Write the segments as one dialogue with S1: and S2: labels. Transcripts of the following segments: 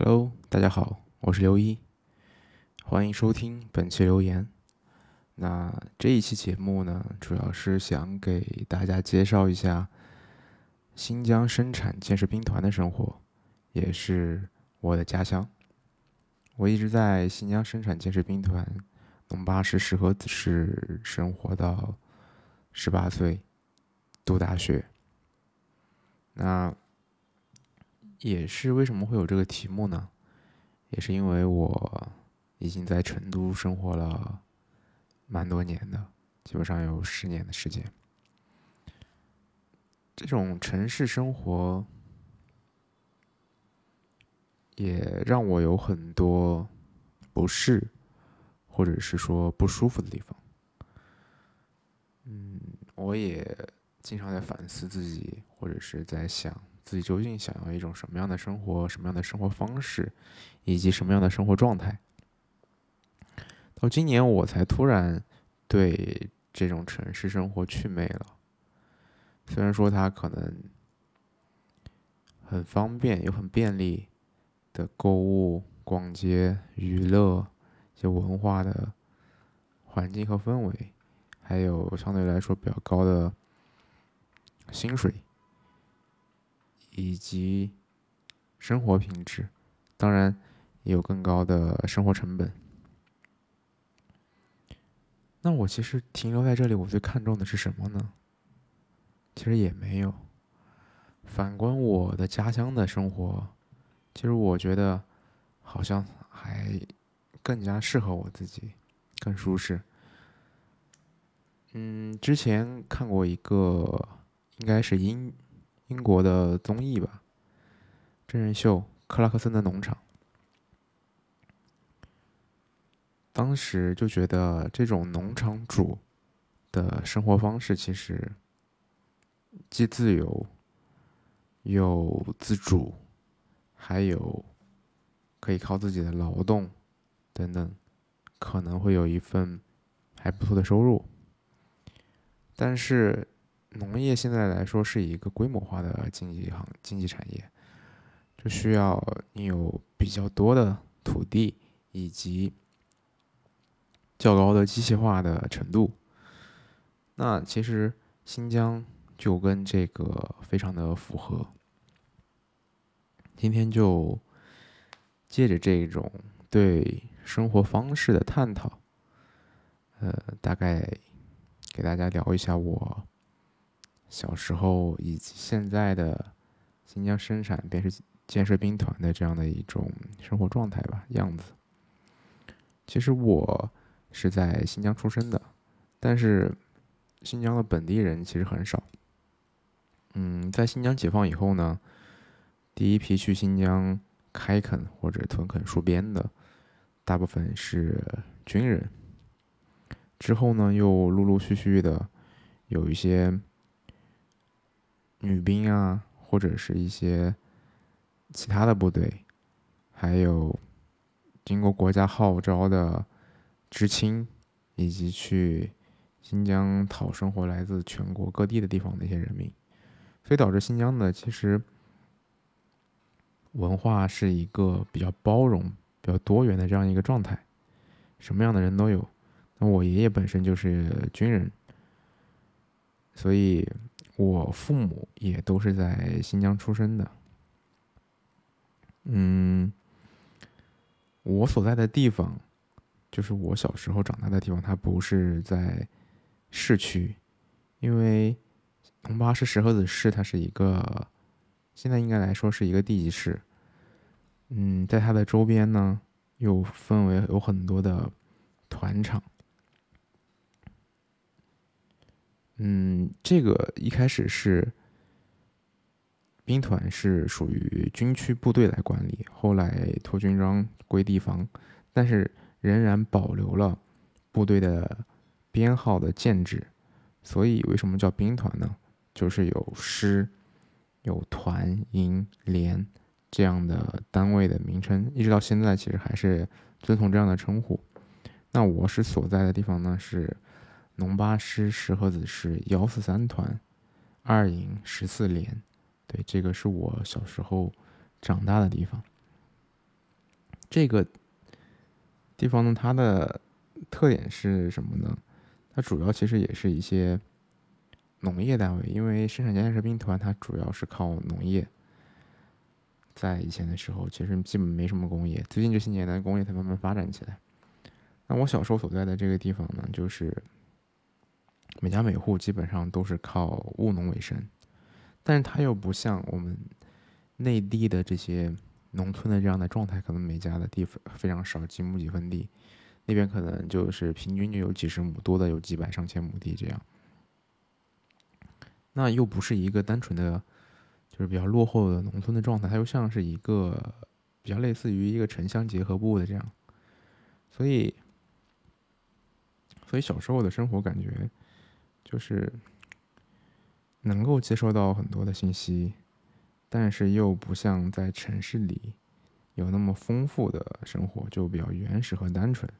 S1: Hello，大家好，我是刘一，欢迎收听本期留言。那这一期节目呢，主要是想给大家介绍一下新疆生产建设兵团的生活，也是我的家乡。我一直在新疆生产建设兵团农巴市石河子市生活到18岁，读大学。那也是为什么会有这个题目呢？也是因为我已经在成都生活了蛮多年的，基本上有10年的时间。这种城市生活也让我有很多不适，或者是说不舒服的地方。我也经常在反思自己，或者是在想自己究竟想要一种什么样的生活，什么样的生活方式，以及什么样的生活状态。到今年我才突然对这种城市生活祛魅了。虽然说它可能很方便又很便利的购物、逛街、娱乐一些文化的环境和氛围，还有相对来说比较高的薪水以及生活品质，当然也有更高的生活成本。那我其实停留在这里，我最看重的是什么呢？其实也没有。反观我的家乡的生活，其实我觉得好像还更加适合我自己，更舒适。之前看过一个应该是英国的综艺吧，真人秀《克拉克森的农场》。当时就觉得这种农场主的生活方式其实既自由又自主，还有可以靠自己的劳动等等，可能会有一份还不错的收入。但是农业现在来说是一个规模化的经济产业，就需要你有比较多的土地以及较高的机械化的程度。那其实新疆就跟这个非常的符合。今天就借着这种对生活方式的探讨，大概给大家聊一下我小时候以及现在的新疆生产建设兵团的这样的一种生活状态吧，样子。其实我是在新疆出生的，但是新疆的本地人其实很少。在新疆解放以后呢，第一批去新疆开垦或者屯垦戍边的，大部分是军人。之后呢，又陆陆续续的有一些女兵啊，或者是一些其他的部队，还有经过国家号召的知青，以及去新疆讨生活来自全国各地的地方的一些人民，所以导致新疆的其实文化是一个比较包容、比较多元的这样一个状态，什么样的人都有。那我爷爷本身就是军人，所以我父母也都是在新疆出生的。我所在的地方，就是我小时候长大的地方，它不是在市区，因为红巴市石河子市，它是一个现在应该来说是一个地级市。在它的周边呢，又分为有很多的团场。这个一开始是兵团是属于军区部队来管理，后来托军章归地方，但是仍然保留了部队的编号的建制。所以为什么叫兵团呢？就是有师、有团、营、连这样的单位的名称，一直到现在其实还是遵从这样的称呼。那我是所在的地方呢是农巴师石河子市143团2营14连，对，这个是我小时候长大的地方。 这个地方呢，它的特点是什么呢？它主要其实也是一些农业单位，因为生产建设兵团它主要是靠农业。在以前的时候，其实基本没什么工业，最近这些年呢，工业才慢慢发展起来。那我小时候所在的这个地方呢，就是每家每户基本上都是靠务农为生，但是它又不像我们内地的这些农村的这样的状态，可能每家的地非常少，几亩几分地，那边可能就是平均就有几十亩，多的有几百上千亩地这样。那又不是一个单纯的，就是比较落后的农村的状态，它又像是一个比较类似于一个城乡结合部的这样，所以小时候的生活感觉就是能够接收到很多的信息，但是又不像在城市里有那么丰富的生活，就比较原始和单纯。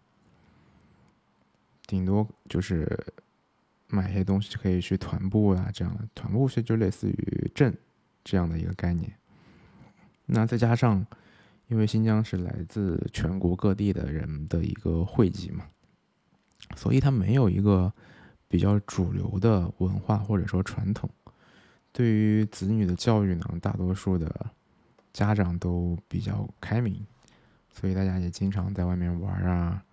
S1: 顶多就是买些东西可以去团部啊，这样的团部就类似于镇这样的一个概念。那再加上，因为新疆是来自全国各地的人的一个汇集嘛，所以它没有一个比较主流的文化或者说传统。对于子女的教育呢，大多数的家长都比较开明，所以大家也经常在外面玩啊，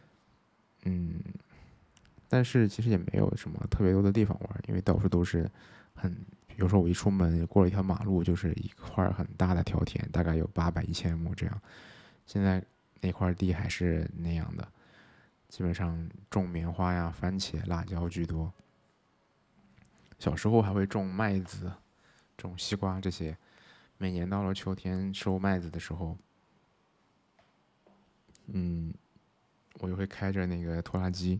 S1: 但是其实也没有什么特别多的地方玩，因为到处都是比如说我一出门过了一条马路，就是一块很大的条田，大概有800-1000亩这样。现在那块地还是那样的，基本上种棉花呀、番茄、辣椒居多。小时候还会种麦子、种西瓜这些。每年到了秋天收麦子的时候，我就会开着那个拖拉机。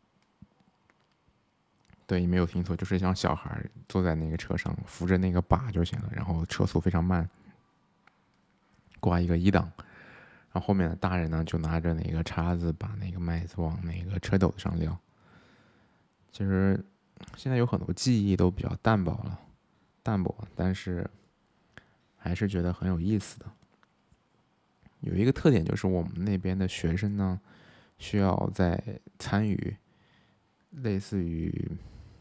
S1: 对，你没有听错，就是像小孩坐在那个车上，扶着那个把就行了，然后车速非常慢，挂一个1档，然后后面的大人呢就拿着那个叉子把那个麦子往那个车斗子上撂。其实现在有很多记忆都比较淡薄，但是还是觉得很有意思的。有一个特点就是我们那边的学生呢，需要在参与类似于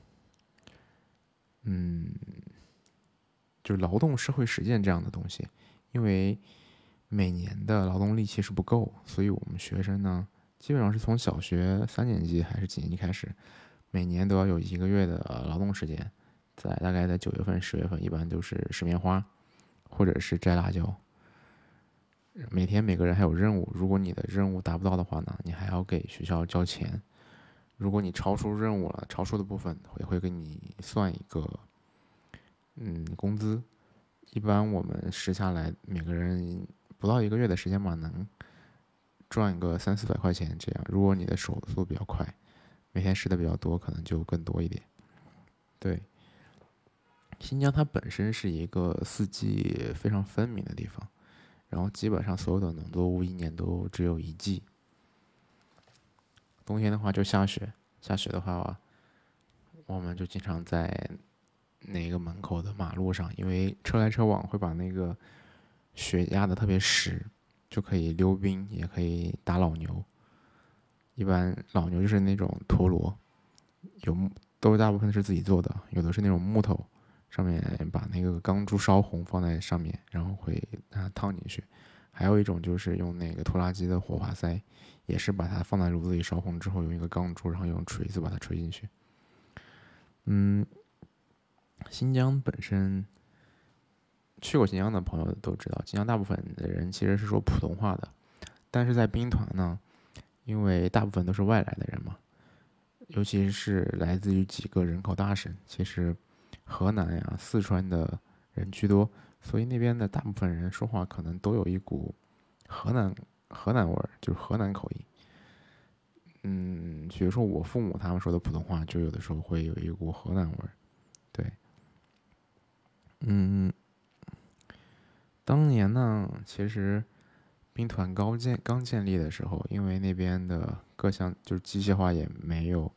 S1: 就是劳动社会实践这样的东西，因为每年的劳动力其实不够，所以我们学生呢，基本上是从小学3年级还是几年级开始，每年都要有1个月的劳动时间，大概在9月份、10月份，一般都是拾棉花，或者是摘辣椒。每天每个人还有任务，如果你的任务达不到的话呢，你还要给学校交钱。如果你超出任务了，超出的部分也会给你算一个工资。一般我们拾下来，每个人不到1个月的时间嘛，能赚个300-400块钱这样。如果你的手速比较快，每天拾的比较多，可能就更多一点。对，新疆它本身是一个四季非常分明的地方，然后基本上所有的农作物一年都只有一季。冬天的话就下雪，下雪的话，我们就经常在那个门口的马路上，因为车来车往会把那个雪压得特别实，就可以溜冰，也可以打老牛。一般老牛就是那种陀螺，都大部分是自己做的，有的是那种木头，上面把那个钢珠烧红放在上面，然后会让它烫进去。还有一种就是用那个拖拉机的火花塞，也是把它放在炉子里烧红之后，用一个钢珠，然后用锤子把它锤进去。新疆本身去过新疆的朋友都知道，新疆大部分的人其实是说普通话的，但是在兵团呢，因为大部分都是外来的人嘛，尤其是来自于几个人口大省，其实河南呀、四川的人居多，所以那边的大部分人说话可能都有一股河南味儿，就是河南口音。比如说我父母他们说的普通话，就有的时候会有一股河南味儿。对，当年呢，其实兵团刚建立的时候，因为那边的各项就是机械化也没有，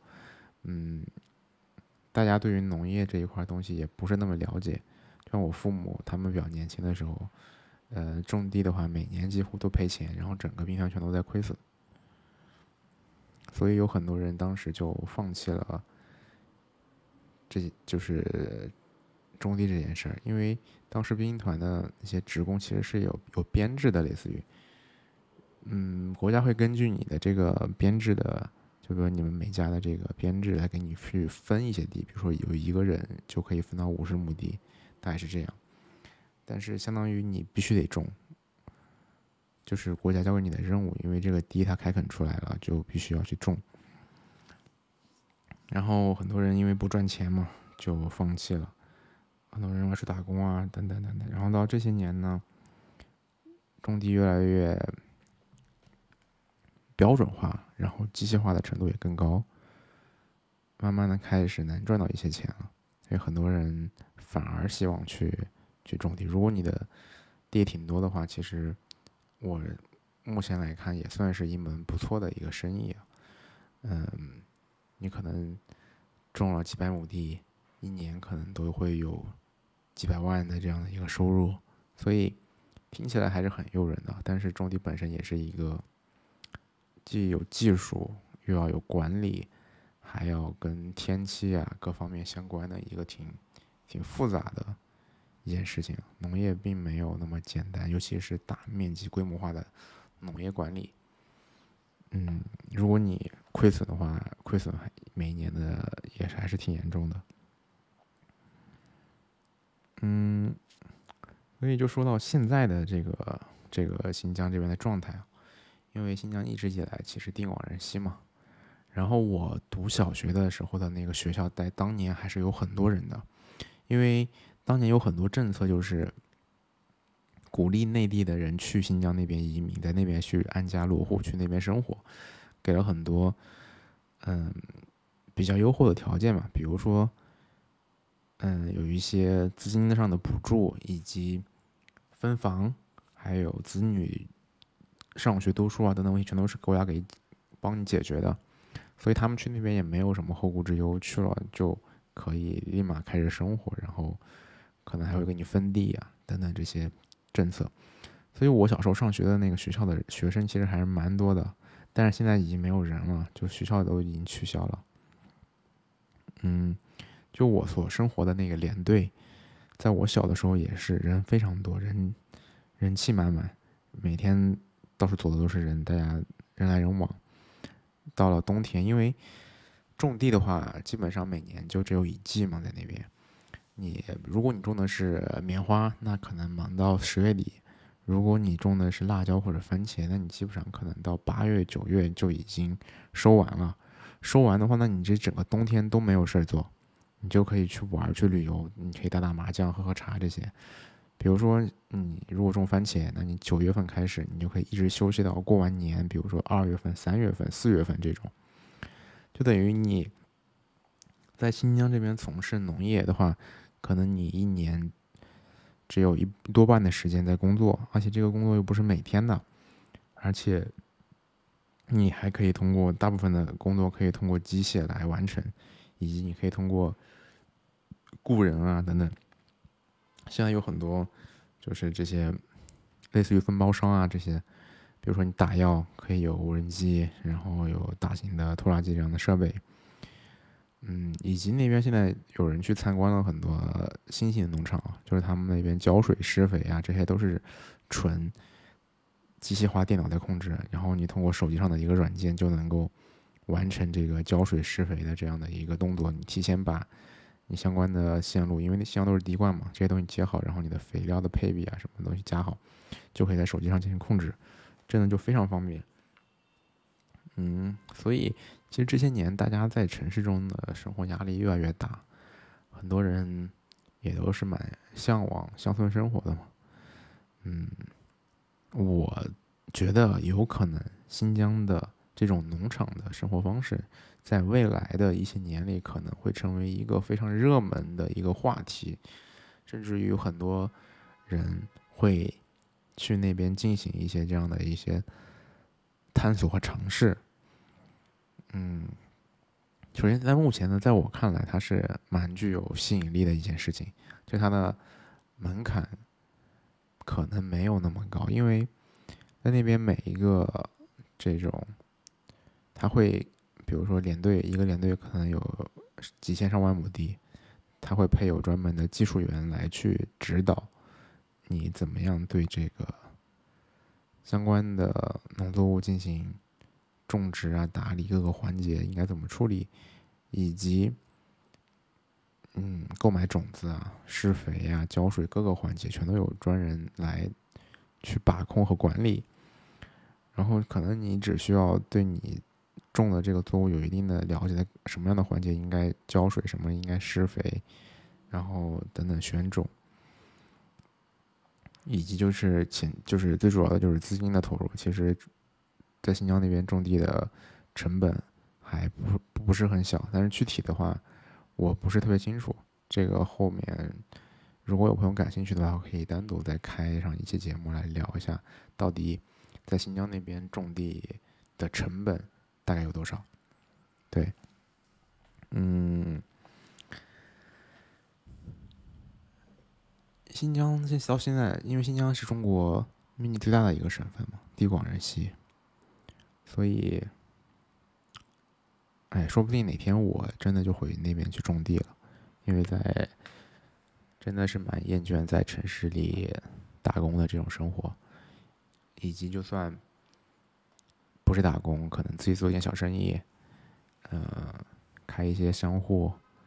S1: 大家对于农业这一块东西也不是那么了解。像我父母他们比较年轻的时候， 种地的话，每年几乎都赔钱，然后整个兵团全都在亏损，所以有很多人当时就放弃了，这就是种地这件事儿。因为当时兵团的那些职工其实是有编制的，类似于，国家会根据你的这个编制的，就比如你们每家的这个编制来给你去分一些地，比如说有一个人就可以分到50亩地，大概是这样。但是相当于你必须得种，就是国家交给你的任务，因为这个地它开垦出来了，就必须要去种。然后很多人因为不赚钱嘛，就放弃了。很多人要去打工啊，等等等等。然后到这些年呢，种地越来越标准化，然后机械化的程度也更高，慢慢的开始能赚到一些钱了。所以很多人反而希望去种地。如果你的地挺多的话，其实我目前来看也算是一门不错的一个生意啊。你可能种了几百亩地，一年可能都会有几百万的这样的一个收入，所以听起来还是很诱人的。但是种地本身也是一个既有技术又要有管理，还要跟天气啊各方面相关的一个挺复杂的一件事情。农业并没有那么简单，尤其是大面积规模化的农业管理。如果你亏损的话，亏损每一年的也是还是挺严重的。所以就说到现在的这个新疆这边的状态啊，因为新疆一直以来其实地广人稀嘛，然后我读小学的时候的那个学校，在当年还是有很多人的，因为当年有很多政策就是鼓励内地的人去新疆那边移民，在那边去安家落户，去那边生活，给了很多比较优厚的条件嘛，比如说有一些资金上的补助，以及分房，还有子女上学读书啊等等问题，全都是国家给帮你解决的。所以他们去那边也没有什么后顾之忧，去了就可以立马开始生活，然后可能还会给你分地啊等等这些政策。所以我小时候上学的那个学校的学生其实还是蛮多的，但是现在已经没有人了，就学校都已经取消了。就我所生活的那个连队，在我小的时候也是人非常多，人气满满，每天到处走的都是人，大家人来人往。到了冬天，因为种地的话，基本上每年就只有一季嘛，在那边。如果你种的是棉花，那可能忙到10月底；如果你种的是辣椒或者番茄，那你基本上可能到8月、9月就已经收完了。收完的话，那你这整个冬天都没有事儿做，你就可以去玩、去旅游，你可以打打麻将、喝喝茶这些。比如说，你如果种番茄，那你9月份开始，你就可以一直休息到过完年，比如说2月份、3月份、4月份这种，就等于你在新疆这边从事农业的话，可能你一年只有一多半的时间在工作，而且这个工作又不是每天的，而且你还可以通过大部分的工作可以通过机械来完成，以及你可以通过雇人啊等等。现在有很多就是这些类似于分包商啊这些，比如说你打药可以有无人机，然后有大型的拖拉机这样的设备。以及那边现在有人去参观了很多新型的农场，就是他们那边浇水、施肥啊，这些都是纯机械化电脑在控制，然后你通过手机上的一个软件就能够完成这个浇水、施肥的这样的一个动作。你提前把你相关的线路，因为那线路都是滴灌嘛，这些东西接好，然后你的肥料的配比啊什么东西加好，就可以在手机上进行控制，真的就非常方便。所以其实这些年大家在城市中的生活压力越来越大，很多人也都是蛮向往乡村生活的嘛。我觉得有可能新疆的这种农场的生活方式，在未来的一些年里可能会成为一个非常热门的一个话题，甚至于有很多人会去那边进行一些这样的一些探索和尝试。首先在目前呢，在我看来，它是蛮具有吸引力的一件事情，就它的门槛可能没有那么高，因为在那边每一个这种，他会比如说一个连队可能有几千上万亩地，他会配有专门的技术员来去指导你怎么样对这个相关的农作物进行种植啊、打理各个环节应该怎么处理，以及购买种子啊、施肥啊、浇水各个环节全都有专人来去把控和管理。然后可能你只需要对你种的这个作物有一定的了解，什么样的环节应该浇水，什么应该施肥，然后等等选种，以及就是最主要的就是资金的投入。其实，在新疆那边种地的成本还不是很小，但是具体的话我不是特别清楚。这个后面如果有朋友感兴趣的话，我可以单独再开上一期节目来聊一下，到底在新疆那边种地的成本大概有多少。对，新疆到现在，因为新疆是中国面积最大的一个省份嘛，地广人稀，所以，说不定哪天我真的就回那边去种地了，因为真的是蛮厌倦在城市里打工的这种生活，以及就算不是打工，可能自己做一点小生意，开一些商户，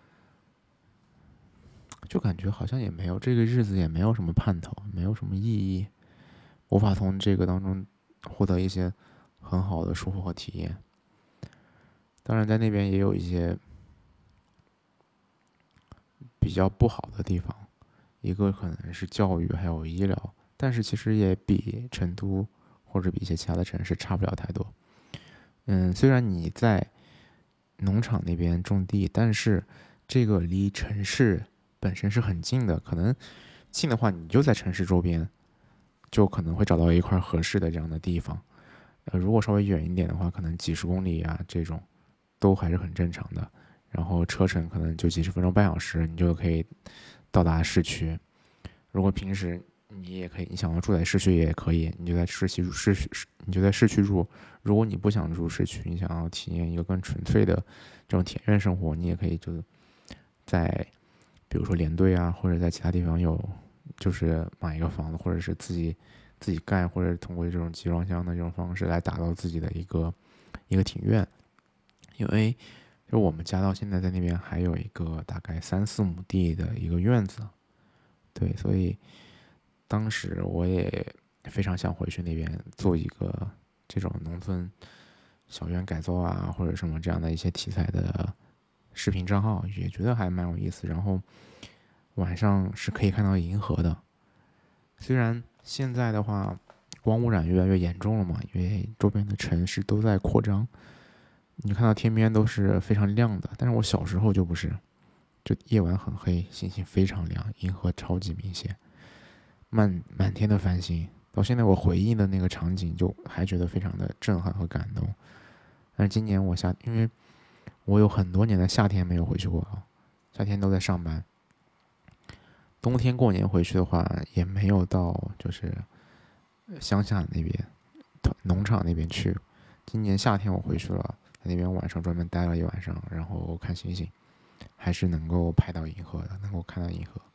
S1: 就感觉好像也没有这个日子也没有什么盼头，没有什么意义，无法从这个当中获得一些很好的收获和体验。当然，在那边也有一些比较不好的地方，一个可能是教育还有医疗，但是其实也比成都或者比一些其他的城市差不了太多。虽然你在农场那边种地，但是这个离城市本身是很近的，可能近的话你就在城市周边，就可能会找到一块合适的这样的地方。如果稍微远一点的话，可能几十公里啊这种都还是很正常的。然后车程可能就几十分钟、半小时，你就可以到达市区。如果平时你也可以，你想要住在市区也可以，你就在市区住。如果你不想住市区，你想要体验一个更纯粹的这种田园生活，你也可以就在比如说连队啊，或者在其他地方就是买一个房子，或者是自己盖，或者通过这种集装箱的这种方式来打造自己的一个庭院。因为就我们家到现在在那边还有一个大概3-4亩地的一个院子，对，所以当时我也非常想回去那边做一个这种农村小院改造啊，或者什么这样的一些题材的视频账号，也觉得还蛮有意思。然后晚上是可以看到银河的，虽然现在的话光污染越来越严重了嘛，因为周边的城市都在扩张，你看到天边都是非常亮的。但是我小时候就不是，就夜晚很黑，星星非常亮，银河超级明显，满天的繁星。到现在我回忆的那个场景，就还觉得非常的震撼和感动。但是今年因为我有很多年的夏天没有回去过了，夏天都在上班，冬天过年回去的话也没有到就是乡下那边农场那边去。今年夏天我回去了，在那边晚上专门待了一晚上，然后看星星，还是能够拍到银河的，能够看到银河。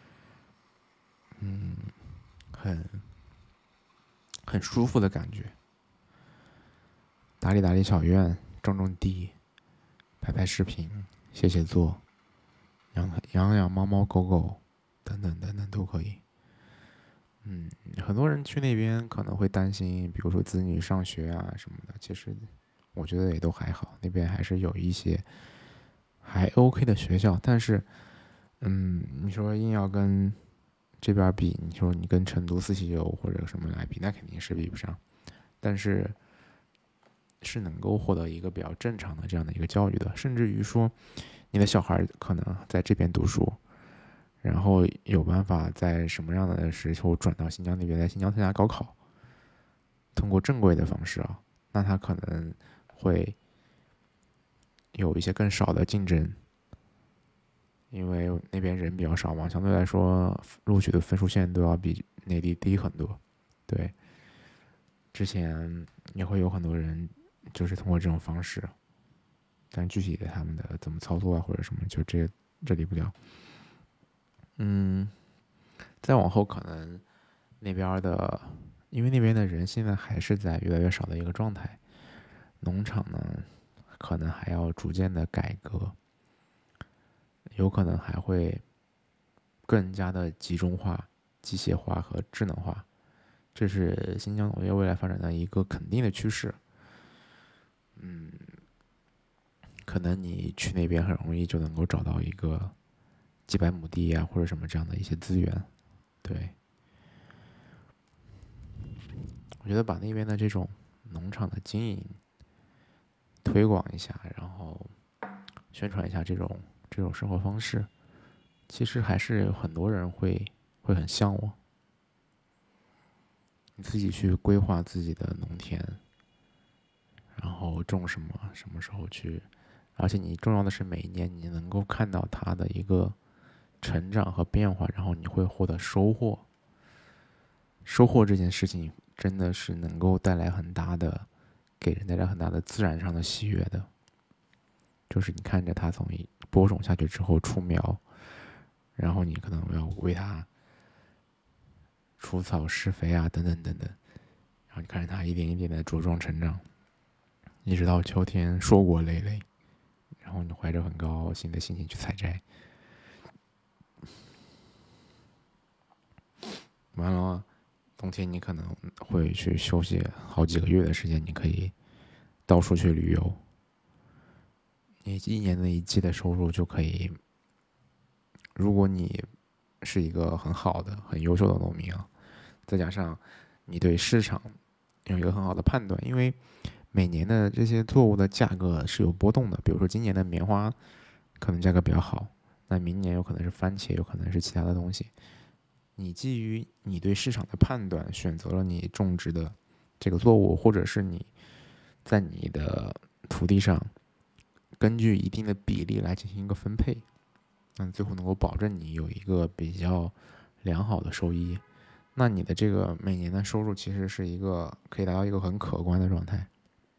S1: 很舒服的感觉。打理打理小院，种种地，拍拍视频，写写作，养猫猫狗狗，等等等等都可以。很多人去那边可能会担心，比如说子女上学啊什么的，其实我觉得也都还好，那边还是有一些还 OK 的学校。但是，你说硬要跟这边比，你说你跟成都四七九或者什么来比，那肯定是比不上。但是是能够获得一个比较正常的这样的一个教育的，甚至于说，你的小孩可能在这边读书，然后有办法在什么样的时候转到新疆那边，在新疆参加高考，通过正规的方式啊，那他可能会有一些更少的竞争， 因为那边人比较少嘛，相对来说录取的分数线都要比内地低很多。对，之前也会有很多人就是通过这种方式，但具体的他们的怎么操作啊或者什么，就这里不聊。再往后可能那边的，因为那边的人现在还是在越来越少的一个状态，农场呢可能还要逐渐的改革，有可能还会更加的集中化、机械化和智能化，这是新疆农业未来发展的一个肯定的趋势。可能你去那边很容易就能够找到一个几百亩地啊，或者什么这样的一些资源。对，我觉得把那边的这种农场的经营推广一下，然后宣传一下这种生活方式，其实还是有很多人会很向往。你自己去规划自己的农田，然后种什么，什么时候去，而且你重要的是每一年你能够看到它的一个成长和变化，然后你会获得收获。收获这件事情真的是能够带来很大的，给人带来很大的自然上的喜悦的。就是你看着它从播种下去之后出苗，然后你可能要为它除草施肥啊，等等等等，然后你看着它一点一点的茁壮成长，一直到秋天硕果累累，然后你怀着很高兴的心情去采摘，完了，冬天你可能会去休息好几个月的时间，你可以到处去旅游，你一年的一季的收入就可以，如果你是一个很好的、很优秀的农民啊，再加上你对市场有一个很好的判断，因为每年的这些作物的价格是有波动的，比如说今年的棉花可能价格比较好，那明年有可能是番茄，有可能是其他的东西。你基于你对市场的判断，选择了你种植的这个作物，或者是你在你的土地上根据一定的比例来进行一个分配，最后能够保证你有一个比较良好的收益。那你的这个每年的收入其实是一个可以达到一个很可观的状态，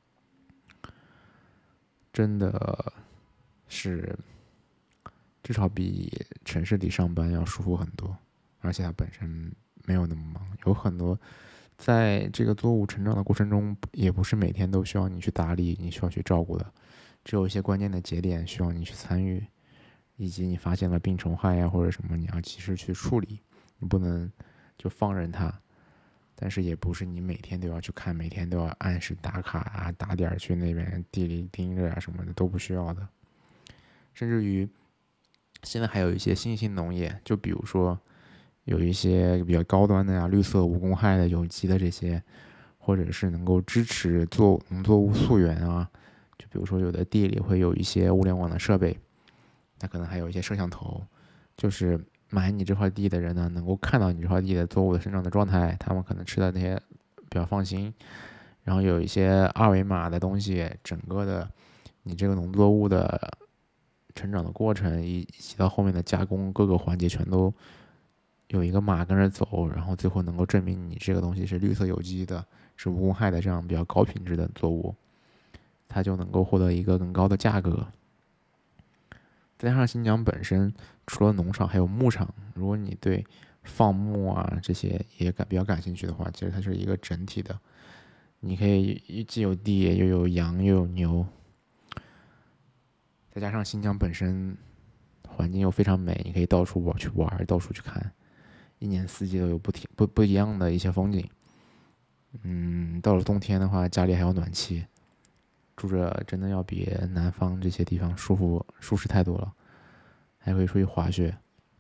S1: 真的是至少比城市里上班要舒服很多，而且它本身没有那么忙，有很多在这个作物成长的过程中，也不是每天都需要你去打理，你需要去照顾的，只有一些关键的节点需要你去参与，以及你发现了病虫害呀或者什么，你要及时去处理，你不能就放任它。但是也不是你每天都要去看，每天都要按时打卡啊，打点去那边地里盯着啊什么的都不需要的。甚至于现在还有一些新型农业，就比如说有一些比较高端的呀，绿色无公害的、有机的这些，或者是能够支持做农作物溯源啊。就比如说有的地里会有一些物联网的设备，那可能还有一些摄像头，就是买你这块地的人呢，能够看到你这块地的作物的生长的状态，他们可能吃的那些比较放心。然后有一些二维码的东西，整个的你这个农作物的成长的过程，以及到后面的加工各个环节，全都有一个码跟着走，然后最后能够证明你这个东西是绿色有机的，是无公害的，这样比较高品质的作物，它就能够获得一个更高的价格。再加上新疆本身除了农场还有牧场，如果你对放牧啊这些也比较感兴趣的话，其实它是一个整体的，你可以既有地又有羊又有牛，再加上新疆本身环境又非常美，你可以到处去玩，到处去看，一年四季都有不一样的一些风景。到了冬天的话，家里还有暖气，住着真的要比南方这些地方舒适太多了，还可以出去滑雪。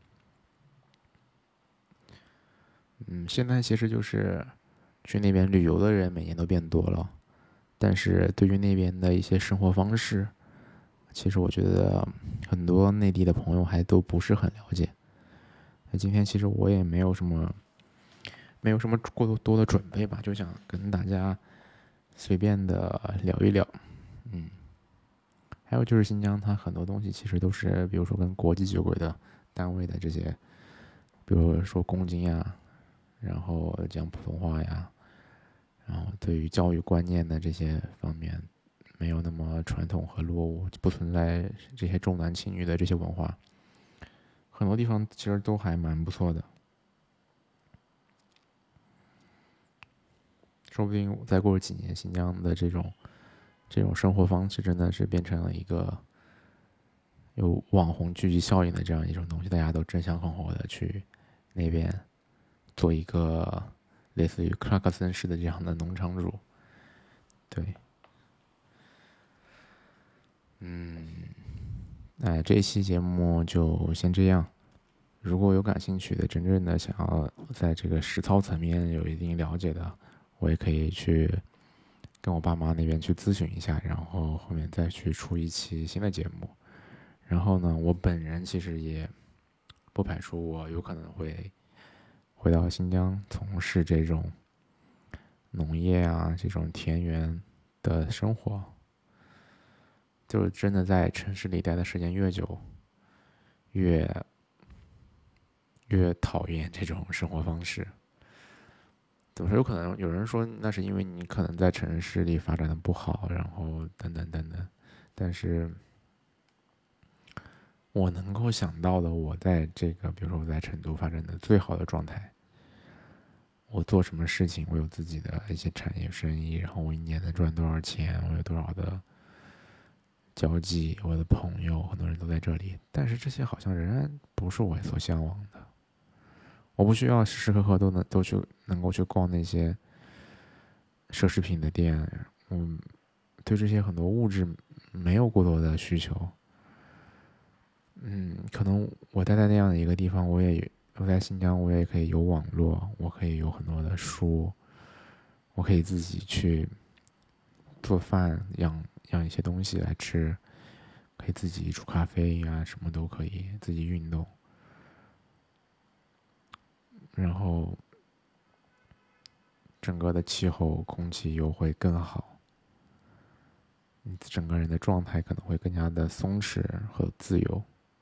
S1: 现在其实就是去那边旅游的人每年都变多了，但是对于那边的一些生活方式，其实我觉得很多内地的朋友还都不是很了解。那今天其实我也没有什么过多的准备吧，就想跟大家随便的聊一聊。 还有就是新疆，它很多东西其实都是，比如说跟国际接轨的单位的这些，比如说公斤呀，然后讲普通话呀，然后对于教育观念的这些方面没有那么传统和落伍，不存在这些重男轻女的这些文化，很多地方其实都还蛮不错的。说不定再过几年，新疆的这种生活方式真的是变成了一个有网红聚集效应的这样一种东西，大家都争相恐后的去那边做一个类似于克拉克森式的这样的农场主。对，这一期节目就先这样。如果有感兴趣的，真正的想要在这个实操层面有一定了解的，我也可以去跟我爸妈那边去咨询一下，然后后面再去出一期新的节目。然后呢，我本人其实也不排除我有可能会回到新疆从事这种农业啊，这种田园的生活。就真的在城市里待的时间越久，越讨厌这种生活方式。总是有可能有人说那是因为你可能在城市里发展的不好，然后等等等等，但是我能够想到的，我在这个比如说我在成都发展的最好的状态，我做什么事情，我有自己的一些产业生意，然后我一年能赚多少钱，我有多少的交际，我的朋友很多人都在这里，但是这些好像仍然不是我所向往的。我不需要时时刻刻能够去逛那些奢侈品的店，对这些很多物质没有过多的需求。可能我待在那样的一个地方，我在新疆，我也可以有网络，我可以有很多的书，我可以自己去做饭，养一些东西来吃，可以自己煮咖啡呀，什么都可以，自己运动，然后整个的气候、空气又会更好，你整个人的状态可能会更加的松弛和自由。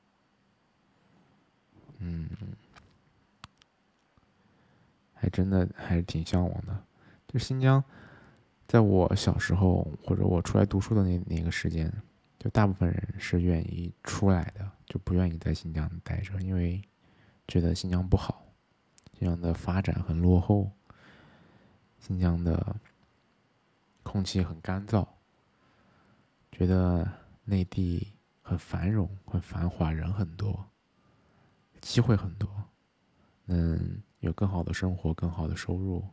S1: 还真的还是挺向往的。就新疆，在我小时候或者我出来读书的那个时间，就大部分人是愿意出来的，就不愿意在新疆待着，因为觉得新疆不好，新疆的发展很落后，新疆的空气很干燥，觉得内地很繁荣、很繁华，人很多，机会很多，有更好的生活、更好的收入。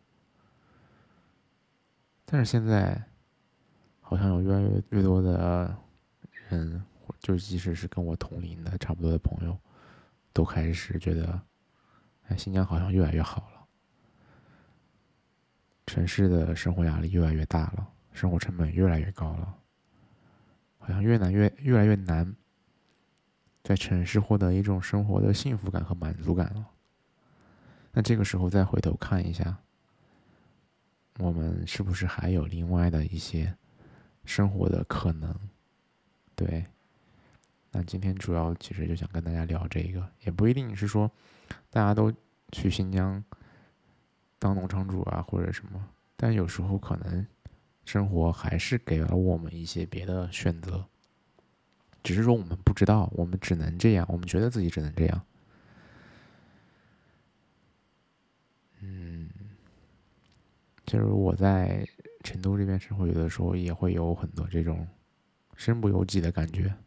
S1: 但是现在好像有越来越多的人，就即使是跟我同龄的差不多的朋友，都开始觉得，新疆好像越来越好了，城市的生活压力越来越大了，生活成本越来越高了，好像越来越难在城市获得一种生活的幸福感和满足感了。那这个时候再回头看一下，我们是不是还有另外的一些生活的可能？对，那今天主要其实就想跟大家聊这个，也不一定是说大家都去新疆当农场主啊或者什么，但有时候可能生活还是给了我们一些别的选择，只是说我们不知道，我们只能这样，我们觉得自己只能这样。就是我在成都这边生活，有的时候也会有很多这种身不由己的感觉，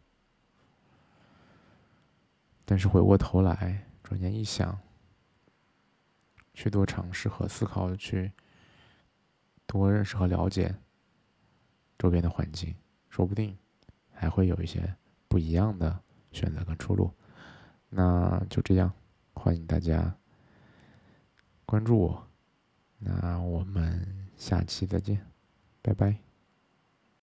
S1: 但是回过头来，转念一想，去多尝试和思考，去多认识和了解周边的环境，说不定还会有一些不一样的选择跟出路。那就这样，欢迎大家关注我，那我们下期再见，拜拜。